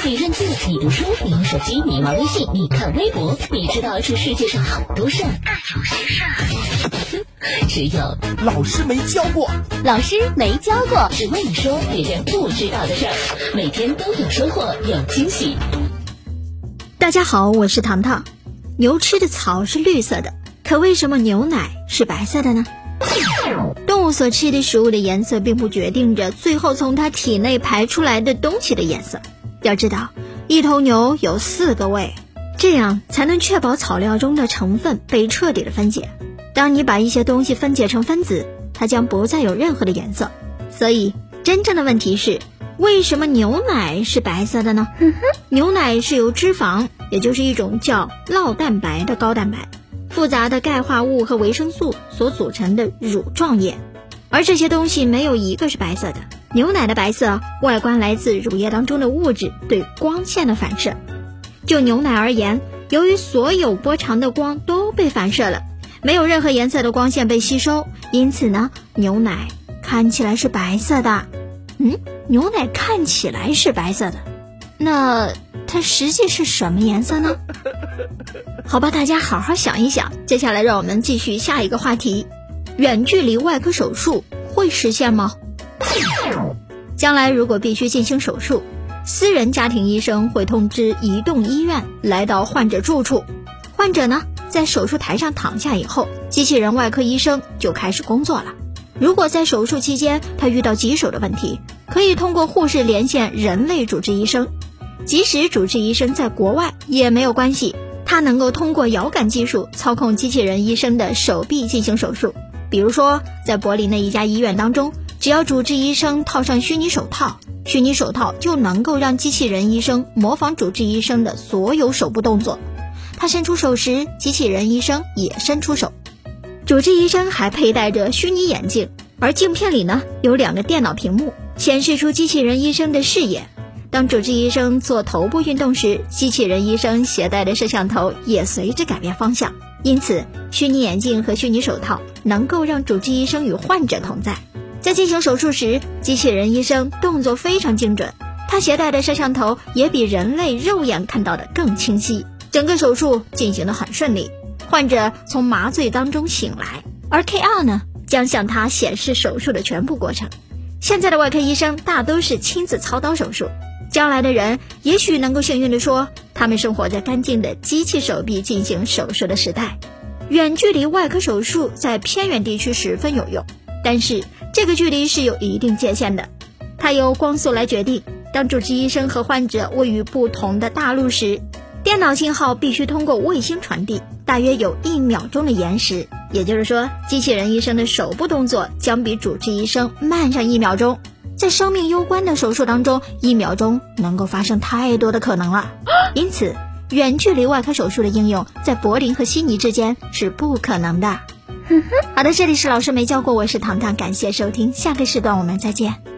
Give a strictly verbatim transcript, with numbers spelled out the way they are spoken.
你认字，你读书，你用手机，你玩微信，你看微博，你知道这世界上好多事儿，但有些事儿只有老师没教过。 老师没教过， 只为你说别人不知道的事儿，每天都有收获，有惊喜。 大家好，我是糖糖。牛吃的草是绿色的，可为什么牛奶是白色的呢？动物所吃的食物的颜色并不决定着最后从它体内排出来的东西的颜色。要知道，一头牛有四个胃，这样才能确保草料中的成分被彻底的分解。当你把一些东西分解成分子，它将不再有任何的颜色。所以真正的问题是，为什么牛奶是白色的呢？牛奶是由脂肪，也就是一种叫酪蛋白的高蛋白，复杂的钙化物和维生素所组成的乳状液，而这些东西没有一个是白色的。牛奶的白色外观来自乳液当中的物质对光线的反射。就牛奶而言，由于所有波长的光都被反射了，没有任何颜色的光线被吸收，因此呢，牛奶看起来是白色的。嗯，牛奶看起来是白色的，那它实际是什么颜色呢？好吧，大家好好想一想。接下来让我们继续下一个话题，远距离外科手术会实现吗？将来如果必须进行手术，私人家庭医生会通知移动医院来到患者住处，患者呢在手术台上躺下以后，机器人外科医生就开始工作了。如果在手术期间他遇到棘手的问题，可以通过护士连线人类主治医生，即使主治医生在国外也没有关系，他能够通过遥感技术操控机器人医生的手臂进行手术。比如说在柏林的一家医院当中，只要主治医生套上虚拟手套，虚拟手套就能够让机器人医生模仿主治医生的所有手部动作，他伸出手时，机器人医生也伸出手。主治医生还佩戴着虚拟眼镜，而镜片里呢有两个电脑屏幕，显示出机器人医生的视野。当主治医生做头部运动时，机器人医生携带的摄像头也随之改变方向。因此，虚拟眼镜和虚拟手套能够让主治医生与患者同在。在进行手术时，机器人医生动作非常精准，他携带的摄像头也比人类肉眼看到的更清晰。整个手术进行得很顺利，患者从麻醉当中醒来，而 K R 呢将向他显示手术的全部过程。现在的外科医生大都是亲自操刀手术，将来的人也许能够幸运地说，他们生活在干净的机器手臂进行手术的时代。远距离外科手术在偏远地区十分有用，但是这个距离是有一定界限的，它由光速来决定。当主治医生和患者位于不同的大陆时，电脑信号必须通过卫星传递，大约有一秒钟的延时，也就是说，机器人医生的手部动作将比主治医生慢上一秒钟。在生命攸关的手术当中，一秒钟能够发生太多的可能了，因此远距离外科手术的应用在柏林和悉尼之间是不可能的。好的，这里是老师没教过，我是糖糖，感谢收听，下个时段我们再见。